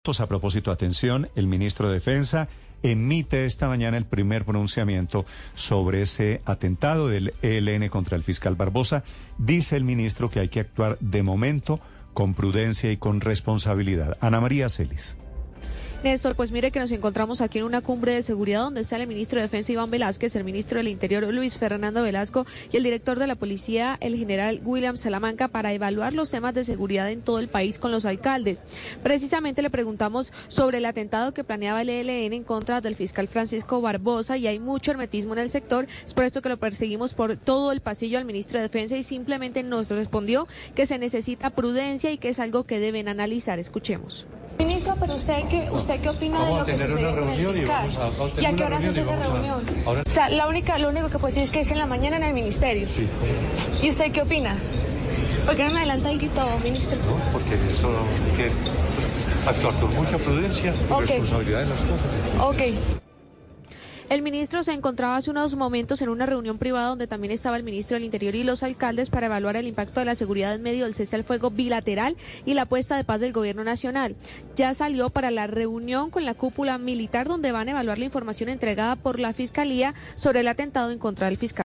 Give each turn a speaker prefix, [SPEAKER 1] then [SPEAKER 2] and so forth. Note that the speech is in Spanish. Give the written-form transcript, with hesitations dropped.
[SPEAKER 1] A propósito, atención, el ministro de Defensa emite esta mañana el primer pronunciamiento sobre ese atentado del ELN contra el fiscal Barbosa. Dice el ministro que hay que actuar de momento con prudencia y con responsabilidad. Ana María Celis.
[SPEAKER 2] Néstor, pues mire que nos encontramos aquí en una cumbre de seguridad donde está el ministro de Defensa Iván Velázquez, el ministro del Interior Luis Fernando Velasco y el director de la policía, el general William Salamanca, para evaluar los temas de seguridad en todo el país con los alcaldes. Precisamente le preguntamos sobre el atentado que planeaba el ELN en contra del fiscal Francisco Barbosa y hay mucho hermetismo en el sector. Es por esto que lo perseguimos por todo el pasillo al ministro de Defensa y simplemente nos respondió que se necesita prudencia y que es algo que deben analizar. Escuchemos.
[SPEAKER 3] Ministro, pero ¿usted qué opina de lo que sucedió con el fiscal? ¿Y a qué horas es esa reunión? O sea, lo único que puedo decir es que es en la mañana en el ministerio.
[SPEAKER 4] Sí.
[SPEAKER 3] ¿Y usted qué opina? ¿Por qué no me adelanta algo, ministro?
[SPEAKER 4] No, porque eso hay que actuar con mucha prudencia y responsabilidad en las cosas.
[SPEAKER 3] Ok.
[SPEAKER 2] El ministro se encontraba hace unos momentos en una reunión privada donde también estaba el ministro del Interior y los alcaldes para evaluar el impacto de la seguridad en medio del cese al fuego bilateral y la puesta de paz del gobierno nacional. Ya salió para la reunión con la cúpula militar donde van a evaluar la información entregada por la Fiscalía sobre el atentado en contra del fiscal.